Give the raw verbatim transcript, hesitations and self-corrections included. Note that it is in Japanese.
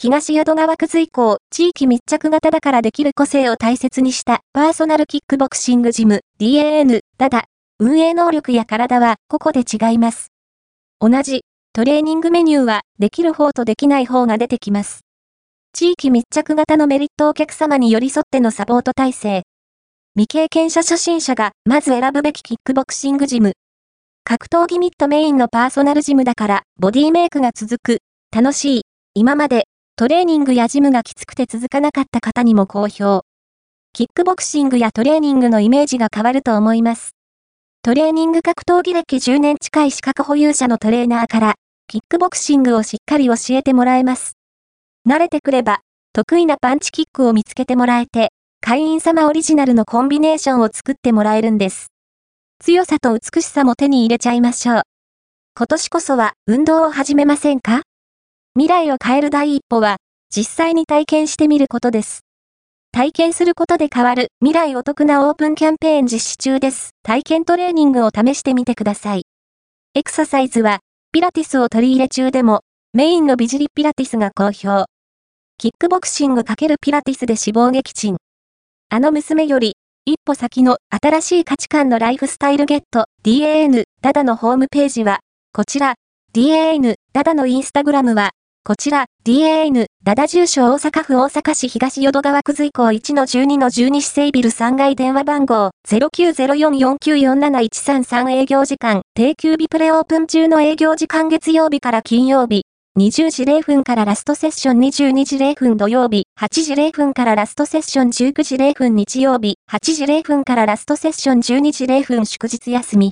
東淀川区随行、地域密着型だからできる個性を大切にしたパーソナルキックボクシングジム、ディーエーエヌ、ダダ。運営能力や体は個々で違います。同じトレーニングメニューはできる方とできない方が出てきます。地域密着型のメリットお客様に寄り添ってのサポート体制。未経験者初心者がまず選ぶべきキックボクシングジム。格闘技ミットメインのパーソナルジムだからボディメイクが続く。楽しい。今までトレーニングやジムがきつくて続かなかった方にも好評。キックボクシングやトレーニングのイメージが変わると思います。トレーニング格闘技歴じゅうねん近い資格保有者のトレーナーから、キックボクシングをしっかり教えてもらえます。慣れてくれば、得意なパンチキックを見つけてもらえて、会員様オリジナルのコンビネーションを作ってもらえるんです。強さと美しさも手に入れちゃいましょう。今年こそは運動を始めませんか？未来を変える第一歩は、実際に体験してみることです。体験することで変わる未来お得なオープンキャンペーン実施中です。体験トレーニングを試してみてください。エクササイズはピラティスを取り入れ中でもメインの美尻ピラティスが好評。キックボクシング×ピラティスで脂肪撃沈。あの娘より一歩先の新しい価値観のライフスタイルゲット ディーエーエヌ ダダのホームページはこちら ディーエーエヌ ダダのインスタグラムはこちら、ディーエーエヌ、ダダ住所大阪府大阪市東淀川区随行 いちのじゅうにのじゅうに 市西ビルさんがい電話番号 ゼロきゅうゼロよんよんきゅうよんなないちさんさん 営業時間、定休日プレオープン中の営業時間月曜日から金曜日、にじゅうじぜろふんからラストセッションにじゅうにじぜろふん土曜日、はちじぜろふんからラストセッションじゅうくじぜろふん日曜日、はちじぜろふんからラストセッションじゅうにじぜろふん祝日休み。